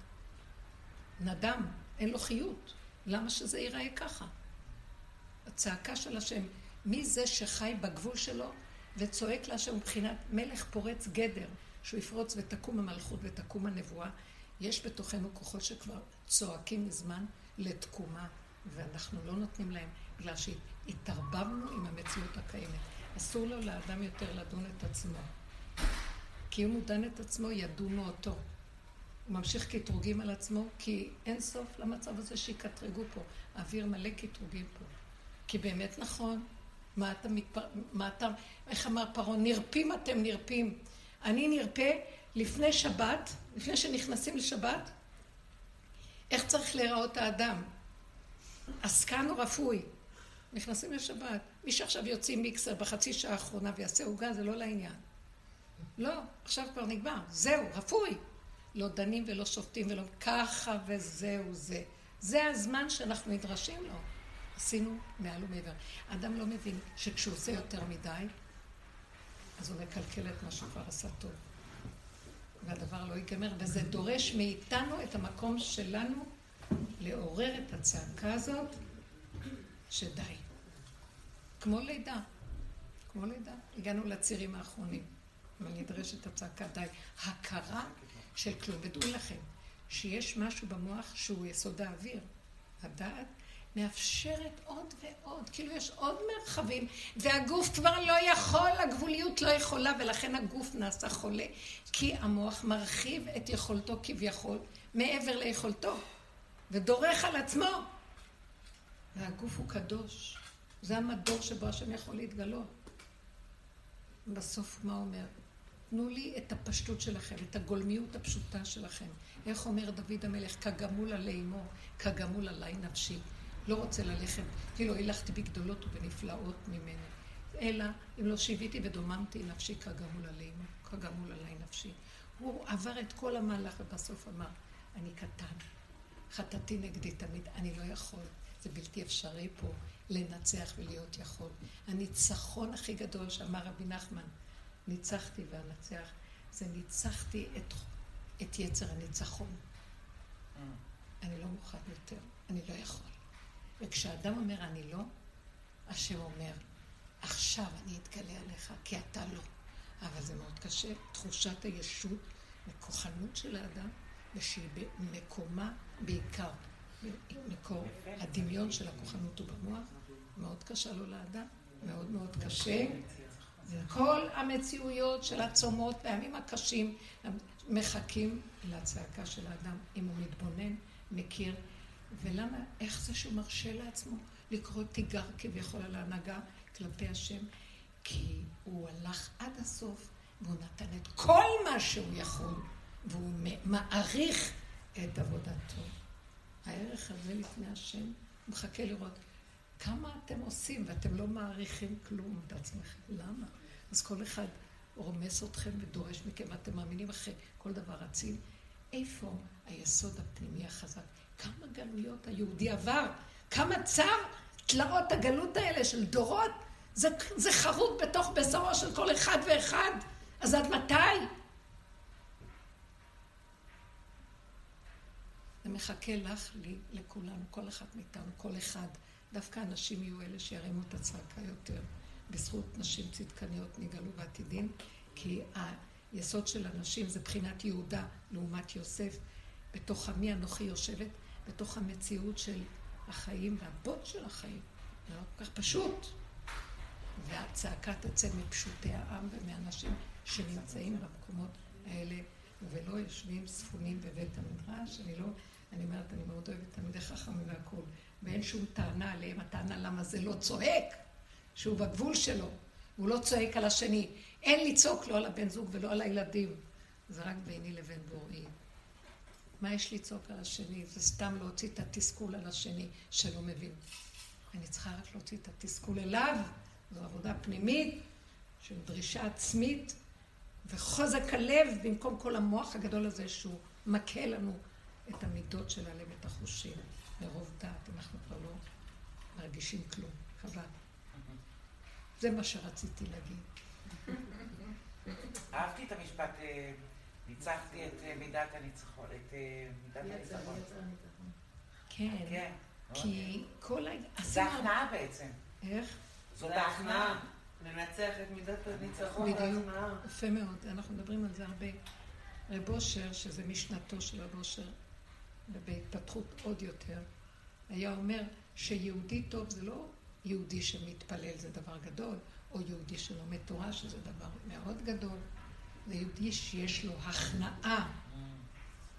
נדם, אין לו חיות. למה שזה ייראה ככה? הצעקה של השם, מי זה שחי בגבול שלו וצועק להשם מבחינת מלך פורץ גדר, שהוא יפרוץ ותקום המלכות ותקום הנבואה, יש בתוכנו כוחות שכבר צועקים מזמן לתקומה, ואנחנו לא נותנים להם, בגלל שהתערבבנו עם המציאות הקיימת. אסור לו לאדם יותר לדון את עצמו. כי אם הוא דן את עצמו, ידונו אותו. הוא ממשיך קטרוגים על עצמו, כי אין סוף למצב הזה שיקטרגו פה. האוויר מלא קטרוגים פה. כי באמת נכון, מה אתה מתפר... מה אתה... איך אמר פרעה? נרפים אתם נרפים. אני נרפה לפני שבת, לפני שנכנסים לשבת, איך צריך להיראות האדם? עסקן או רפוי? נכנסים לשבת. מי שעכשיו יוצאים מיקסר בחצי שעה האחרונה ויעשה עוגה, זה לא לעניין. לא, עכשיו כבר נגמר. זהו, רפוי. לא דנים ולא שופטים ולא ככה וזהו זה. זה הזמן שאנחנו נדרשים לו. עשינו מעל ומעבר. האדם לא מבין שכשהוא עושה יותר מדי, אז הוא מקלקל את מה שהוא כבר עשה טוב. והדבר לא ייגמר, וזה דורש מאיתנו את המקום שלנו לעורר את הצעקה הזאת, שדי. כמו לידה. כמו לידה. הגענו לצירים האחרונים. אבל נדרשת הצעקה די. הכרה של כלום. ודעו לכם, שיש משהו במוח שהוא יסוד האוויר. הדעת מאפשרת עוד ועוד. כאילו יש עוד מרחבים, והגוף כבר לא יכול, הגבוליות לא יכולה, ולכן הגוף נעשה חולה. כי המוח מרחיב את יכולתו כביכול, מעבר ליכולתו. ודורך על עצמו. והגוף הוא קדוש. זה המדור שבו השם יכול להתגלות. בסוף מה אומר? תנו לי את הפשטות שלכם, את הגולמיות הפשוטה שלכם. איך אומר דוד המלך? כגמול עלי אמו, כגמול עלי נפשי. לא רוצה ללכת, כאילו הילכתי בגדולות ובנפלאות ממנו. אלא אם לא שיוויתי ודוממתי נפשי כגמול עלי אמו, כגמול עלי נפשי. הוא עבר את כל המהלך ובסוף אמר, אני קטן, חטאתי נגדי תמיד, אני לא יכול. זה בלתי אפשרי פה לנצח ולהיות יכול. הניצחון הכי גדול שאמר רבי נחמן, ניצחתי ואנצח, זה ניצחתי את, את יצר הניצחון. אני לא מוכן יותר, אני לא יכול. וכשאדם אומר אני לא, השם אומר, עכשיו אני אתגלה עליך, כי אתה לא. אבל זה מאוד קשה, תחושת הישות, מכוחנות של האדם, ושהיא במקומה בעיקר, מקור הדמיון של הכוחנות הוא במוח, מאוד קשה לו לאדם, מאוד מאוד קשה. וכל המציאויות של הצומות והימים הקשים מחכים לצעקה של האדם, אם הוא מתבונן, מכיר. ולמה, איך זה שהוא מרשה לעצמו לקרוא תיגר כביכול על ההנהגה כלפי השם? כי הוא הלך עד הסוף והוא נתן את כל מה שהוא יכול, והוא מעריך את עבודתו. הערך הזה לפני השם, הוא מחכה לראות כמה אתם עושים ואתם לא מעריכים כלום את עצמכם. למה? אז כל אחד רומס אתכם ודורש מכם, ואתם מאמינים אחרי כל דבר רצים. איפה היסוד הפנימי החזק? כמה גלויות היהודי עבר? כמה צער תלאות הגלות האלה של דורות? זה, זה חרוט בתוך בשרו של כל אחד ואחד. אז עד מתי? זה מחכה לך, לי, לכולנו, כל אחת מאיתנו, כל אחד. דווקא אנשים יהיו אלה שירימו את הצעקה יותר. בזכות נשים צדקניות נגלו בעתידין, כי היסוד של הנשים זה בחינת יהודה לעומת יוסף. בתוך עמי אנוכי יושבת, בתוך המציאות של החיים והבוט של החיים. זה לא כל כך פשוט. והצעקה תצא מפשוטי העם ומאנשים שנמצאים במקומות האלה, ולא יושבים ספונים בבית המדרש. אני לא, אני אומרת, אני מאוד אוהבת תלמידי חכמים והכל, ואין שום טענה עליהם, הטענה למה זה לא צועק, שהוא בגבול שלו, הוא לא צועק על השני. אין לצעוק לא על הבן זוג ולא על הילדים, זה רק ביני לבין בוראי. מה יש לצעוק על השני? זה סתם להוציא את התסכול על השני שלא מבין. אני צריכה רק להוציא את התסכול אליו, זו עבודה פנימית של דרישה עצמית, וחוזק הלב במקום כל המוח הגדול הזה שהוא מכה לנו את המידות של הלב, את החושים. מרוב דעת, אנחנו כבר לא מרגישים כלום. חבל. זה מה שרציתי להגיד. אהבתי את המשפט, ניצחתי את מידת הניצחון, את מידת הניצחון. כן, כי כל ה... זה הכנעה בעצם. איך? זאת ההכנעה. לנצח את מידת הניצחון. בדיוק, יפה מאוד. אנחנו מדברים על זה הרבה. רב אושר, שזה משנתו של רב אושר, ובהתפתחות עוד יותר, היה אומר שיהודי טוב זה לא יהודי שמתפלל, זה דבר גדול, או יהודי שלומד תורה, שזה דבר מאוד גדול. זה יהודי שיש לו הכנעה.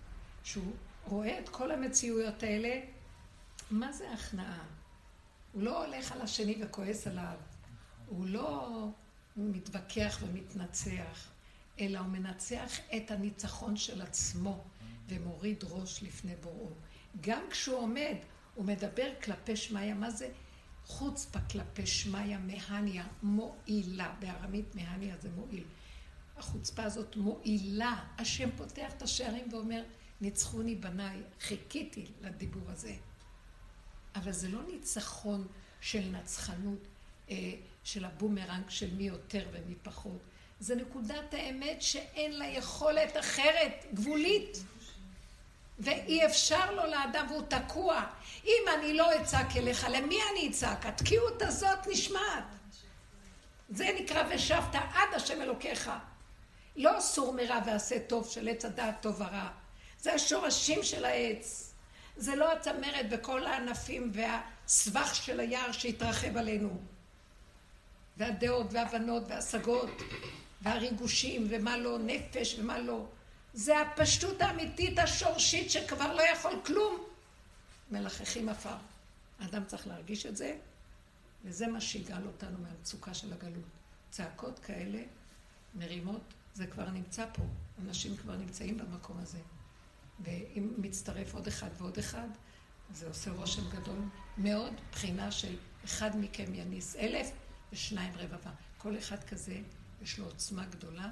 שהוא רואה את כל המציאויות האלה, מה זה הכנעה? הוא לא הולך על השני וכועס עליו, הוא לא מתווכח ומתנצח, אלא הוא מנצח את הניצחון של עצמו ומוריד ראש לפני בוראו. גם כשהוא עומד, הוא מדבר כלפי שמיה. מה זה? חוצפה כלפי שמיה, מהניה, מועילה. בארמית מהניה זה מועיל. החוצפה הזאת מועילה. השם פותח את השערים ואומר, ניצחוני בניי, חיכיתי לדיבור הזה. אבל זה לא ניצחון של נצחנות, של הבומרנג של מי יותר ומי פחות. זה נקודת האמת שאין לה יכולת אחרת, גבולית. ואי אפשר לו לאדם והוא תקוע. אם אני לא אצעק אליך, למי אני אצעק? התקיעות הזאת נשמעת. זה נקרא ושבת עד השם אלוקיך. לא סור מרע ועשה טוב של עץ הדעת טוב ורע. זה השורשים של העץ. זה לא הצמרת וכל הענפים והסבך של היער שהתרחב עלינו. והדעות והבנות והשגות והריגושים ומה לא, נפש ומה לא. זה הפשטות האמיתית השורשית שכבר לא יכול כלום. מלחכים אפר. האדם צריך להרגיש את זה, וזה מה שיגאל אותנו מהמצוקה של הגלות. צעקות כאלה, מרימות, זה כבר נמצא פה. אנשים כבר נמצאים במקום הזה. ואם מצטרף עוד אחד ועוד אחד, זה עושה רושם גדול מאוד, בחינה של אחד מכם יניס אלף ושניים רבבה. כל אחד כזה יש לו עוצמה גדולה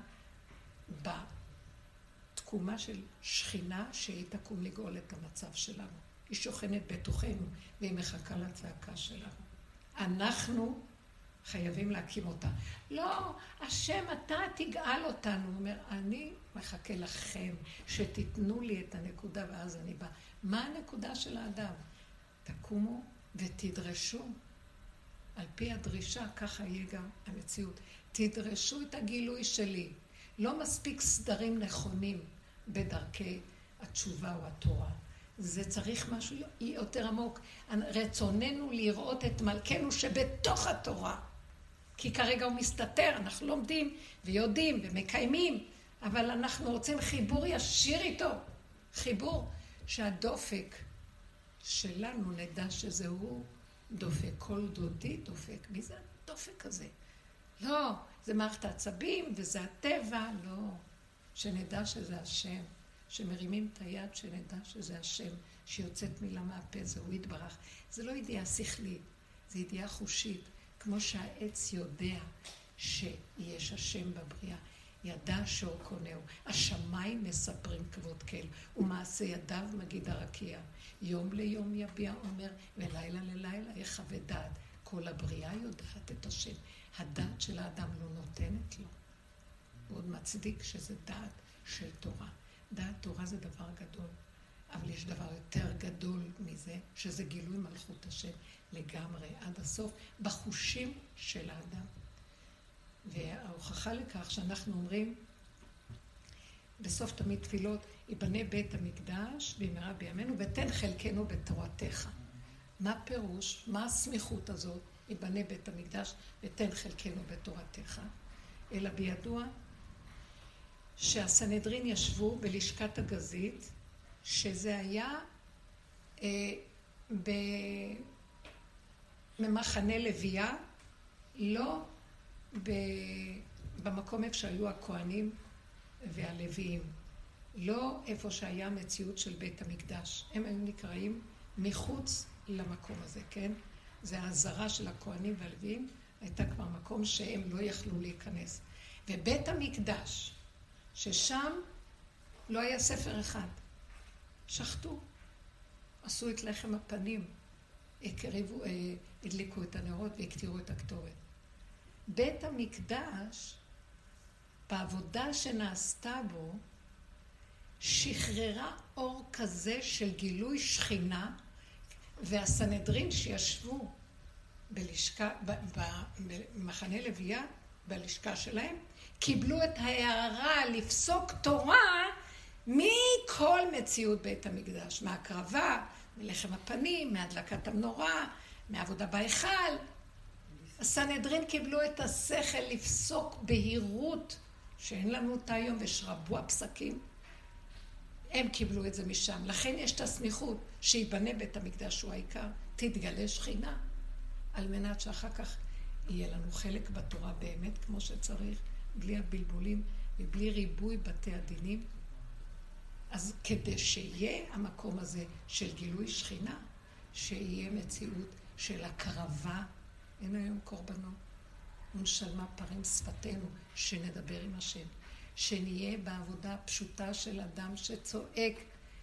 בתקומה של שכינה שהיא תקום לגאול את המצב שלנו. היא שוכנת בתוכנו והיא מחכה לצעקה שלנו. אנחנו חייבים להקים אותה. לא, השם אתה תגאל אותנו. הוא אומר, אני מחכה לכם שתיתנו לי את הנקודה ואז אני בא. מה הנקודה של האדם? תקומו ותדרשו. על פי הדרישה, ככה יהיה גם המציאות. תדרשו את הגילוי שלי. לא מספיק סדרים נכונים בדרכי התשובה או התורה. זה צריך משהו יותר עמוק. רצוננו לראות את מלכנו שבתוך התורה. כי כרגע הוא מסתתר, אנחנו לומדים ויודעים ומקיימים, אבל אנחנו רוצים חיבור ישיר איתו. חיבור שהדופק שלנו נדע שזהו דופק. כל דודי דופק. מי זה הדופק הזה? לא, זה מערכת העצבים וזה הטבע, לא. שנדע שזה השם. שמרימים את היד שנדע שזה השם, שיוצאת מילה מהפה, זהו יתברך. זה לא ידיעה שכלית, זה ידיעה חושית, כמו שהעץ יודע שיש השם בבריאה. ידע שור קונהו, השמיים מספרים כבוד כל, ומעשה ידיו מגיד הרקיע. יום ליום יביע אומר, ולילה ללילה יחווה דעת. כל הבריאה יודעת את השם. הדעת של האדם לא נותנת לו. הוא עוד מצדיק שזה דעת של תורה. דעת תורה זה דבר גדול, אבל יש דבר יותר גדול מזה, שזה גילוי מלכות השם לגמרי, עד הסוף, בחושים של האדם. וההוכחה לכך שאנחנו אומרים, בסוף תמיד תפילות, יבנה בית המקדש במהרה בימינו, ותן חלקנו בתורתך. מה פירוש? מה הסמיכות הזאת? יבנה בית המקדש ותן חלקנו בתורתך. אלא בידוע, שהסנהדרין ישבו בלשכת הגזית, שזה היה אה, במחנה לוויה, לא ב, במקום איפה שהיו הכהנים והלוויים, לא איפה שהיה מציאות של בית המקדש. הם היו נקראים מחוץ למקום הזה, כן? זה ההזרה של הכהנים והלוויים, הייתה כבר מקום שהם לא יכלו להיכנס. ובית המקדש, ששם לא היה ספר אחד. שחטו, עשו את לחם הפנים, הקריבו, הדליקו את הנרות והקטירו את הקטורת. בית המקדש, בעבודה שנעשתה בו, שחררה אור כזה של גילוי שכינה, והסנהדרין שישבו בלשכה, במחנה לוויה, בלשכה שלהם, קיבלו את ההערה לפסוק תורה מכל מציאות בית המקדש, מהקרבה, מלחם הפנים, מהדלקת המנורה, מעבודה בהיכל. הסנהדרין קיבלו את השכל לפסוק בהירות, שאין לנו אותה היום, ושרבו הפסקים. הם קיבלו את זה משם. לכן יש את הסמיכות שיבנה בית המקדש שהוא העיקר, תתגלה שכינה, על מנת שאחר כך יהיה לנו חלק בתורה באמת כמו שצריך, בלי הבלבולים ובלי ריבוי בתי הדינים. אז כדי שיהיה המקום הזה של גילוי שכינה, שיהיה מציאות של הקרבה, אין היום קורבנות, ונשלמה פרים שפתנו, שנדבר עם השם, שנהיה בעבודה פשוטה של אדם שצועק,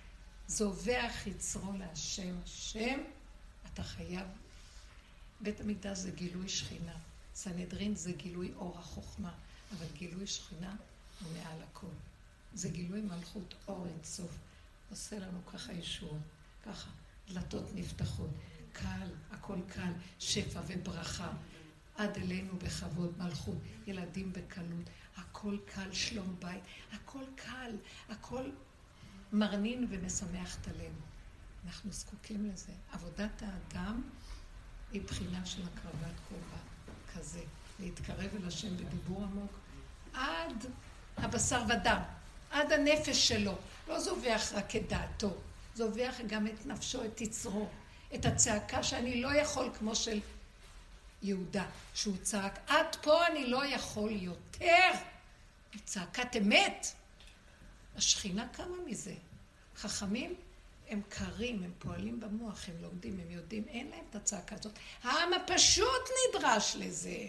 זובח יצרו להשם, השם, אתה חייב. בית המקדש זה גילוי שכינה, סנהדרין זה גילוי אור החוכמה, אבל גילוי שכינה הוא מעל הכל. זה גילוי מלכות אור אינסוף. עושה לנו ככה ישוע, ככה, דלתות נפתחות, קל, הכל קל, שפע וברכה, עד אלינו בכבוד, מלכות, ילדים בקלות, הכל קל, שלום בית, הכל קל, הכל מרנין ומשמח את הלב. אנחנו זקוקים לזה. עבודת האדם היא בחינה של הקרבת קורבן, כזה, להתקרב אל השם בדיבור עמוק, עד הבשר ודם, עד הנפש שלו, לא זובח רק את דעתו, זובח גם את נפשו, את יצרו, את הצעקה שאני לא יכול כמו של יהודה, שהוא צעק, עד פה אני לא יכול יותר, צעקת אמת. השכינה קמה מזה. חכמים הם קרים, הם פועלים במוח, הם לומדים, הם יודעים, אין להם את הצעקה הזאת. העם הפשוט נדרש לזה.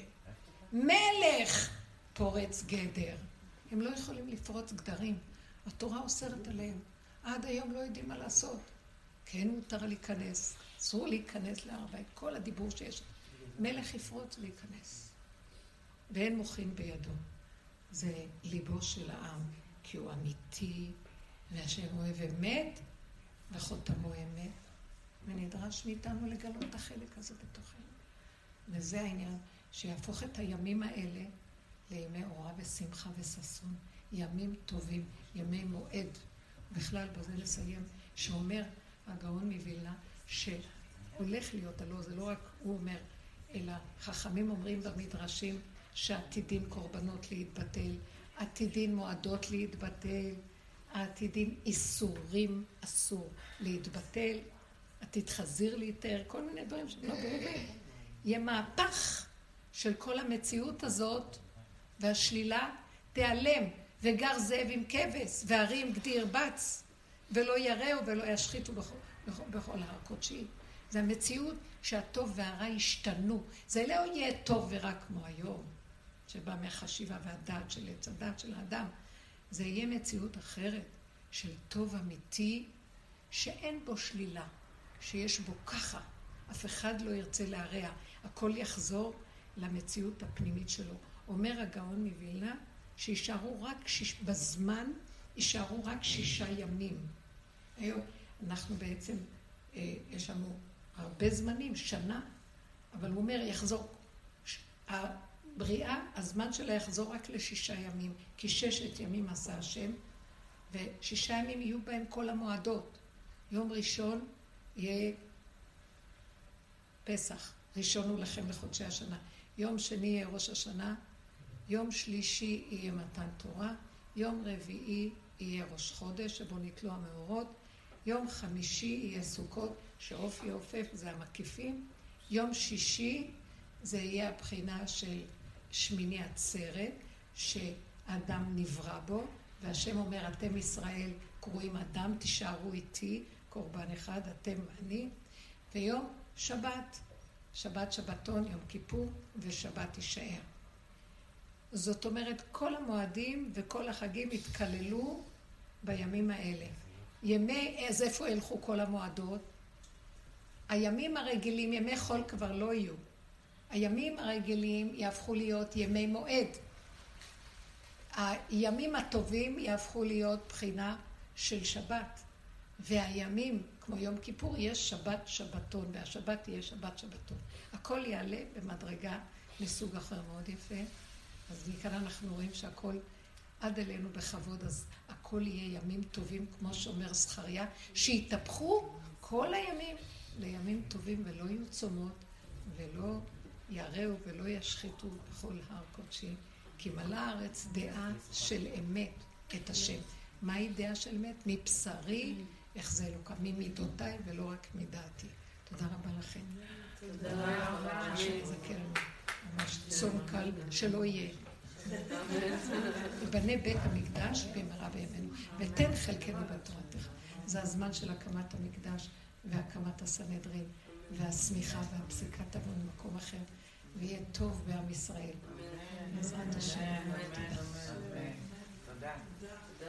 מלך פורץ גדר. הם לא יכולים לפרוץ גדרים. התורה אוסרת עליהם. עד היום לא יודעים מה לעשות. כן מותר להיכנס, אסור להיכנס להר הבית. כל הדיבור שיש. מלך יפרוץ להיכנס. ואין מוחין בידו. זה ליבו של העם, כי הוא אמיתי, והשם אוהב אמת, וחותמו אמת. ונדרש מאיתנו לגלות את החלק הזה בתוכנו. וזה העניין, שיהפוך את הימים האלה לימי אורה ושמחה וששון, ימים טובים, ימי מועד. בכלל, בזה לסיים, שאומר הגאון מווילנה, שהולך להיות, הלא, זה לא רק הוא אומר, אלא חכמים אומרים במדרשים, שעתידין קורבנות להתבטל, עתידין מועדות להתבטל, העתידין איסורים אסור להתבטל, עתיד חזיר להתאר, כל מיני דברים שלא ברורים. יהיה מהפך של כל המציאות הזאת, והשלילה תיעלם, וגר זאב עם כבש, והרים גדיר בץ, ולא יראו ולא ישחיתו בכל, בכל, בכל הר קודשי. זה המציאות שהטוב והרע ישתנו. זה לא יהיה טוב ורע כמו היום, שבא מהחשיבה והדעת של עץ הדעת של האדם. זה יהיה מציאות אחרת של טוב אמיתי, שאין בו שלילה, שיש בו ככה. אף אחד לא ירצה להרע, הכל יחזור למציאות הפנימית שלו. אומר הגאון מווילנה, שישארו רק שיש, בזמן, יישארו רק שישה ימים. היום אנחנו בעצם, אה, יש לנו הרבה זמנים, שנה, אבל הוא אומר, יחזור, הבריאה, הזמן שלה יחזור רק לשישה ימים, כי ששת ימים עשה השם, ושישה ימים יהיו בהם כל המועדות. יום ראשון יהיה פסח, ראשון הוא לכם לחודשי השנה. יום שני יהיה ראש השנה, יום שלישי יהיה מתן תורה, יום רביעי יהיה ראש חודש, שבו נתלו המאורות, יום חמישי יהיה סוכות, שאופי עופף זה המקיפים, יום שישי זה יהיה הבחינה של שמיני עצרת, שאדם נברא בו, והשם אומר, אתם ישראל קרואים אדם, תישארו איתי, קורבן אחד, אתם ואני, ויום שבת, שבת שבתון, יום כיפור, ושבת תישאר. זאת אומרת, כל המועדים וכל החגים התכללו בימים האלה. ימי, אז איפה ילכו כל המועדות? הימים הרגילים, ימי חול כבר לא יהיו. הימים הרגילים יהפכו להיות ימי מועד. הימים הטובים יהפכו להיות בחינה של שבת. והימים, כמו יום כיפור, יש שבת שבתון, והשבת תהיה שבת שבתון. הכל יעלה במדרגה מסוג אחר מאוד יפה. אז מכאן אנחנו רואים שהכל עד אלינו בכבוד, אז הכל יהיה ימים טובים, כמו שאומר זכריה, שיתהפכו כל הימים לימים טובים, ולא יהיו צומות, ולא יראו ולא ישחיתו בכל הר קודשי, כי מלאה הארץ דעה של אמת את השם. מה האידאה של אמת? מבשרי, איך זה אלוקה, ממידותיי ולא רק מדעתי. תודה רבה לכם. תודה רבה. שיזכה לנו. ממש צום קל שלא יהיה. ובנה בית המקדש במהרה בימינו, ותן חלקנו בתורתך. זה הזמן של הקמת המקדש והקמת הסנהדרין והסמיכה והפסיקה תבוא ממקום אחר, ויהיה טוב בעם ישראל. בעזרת השם. תודה.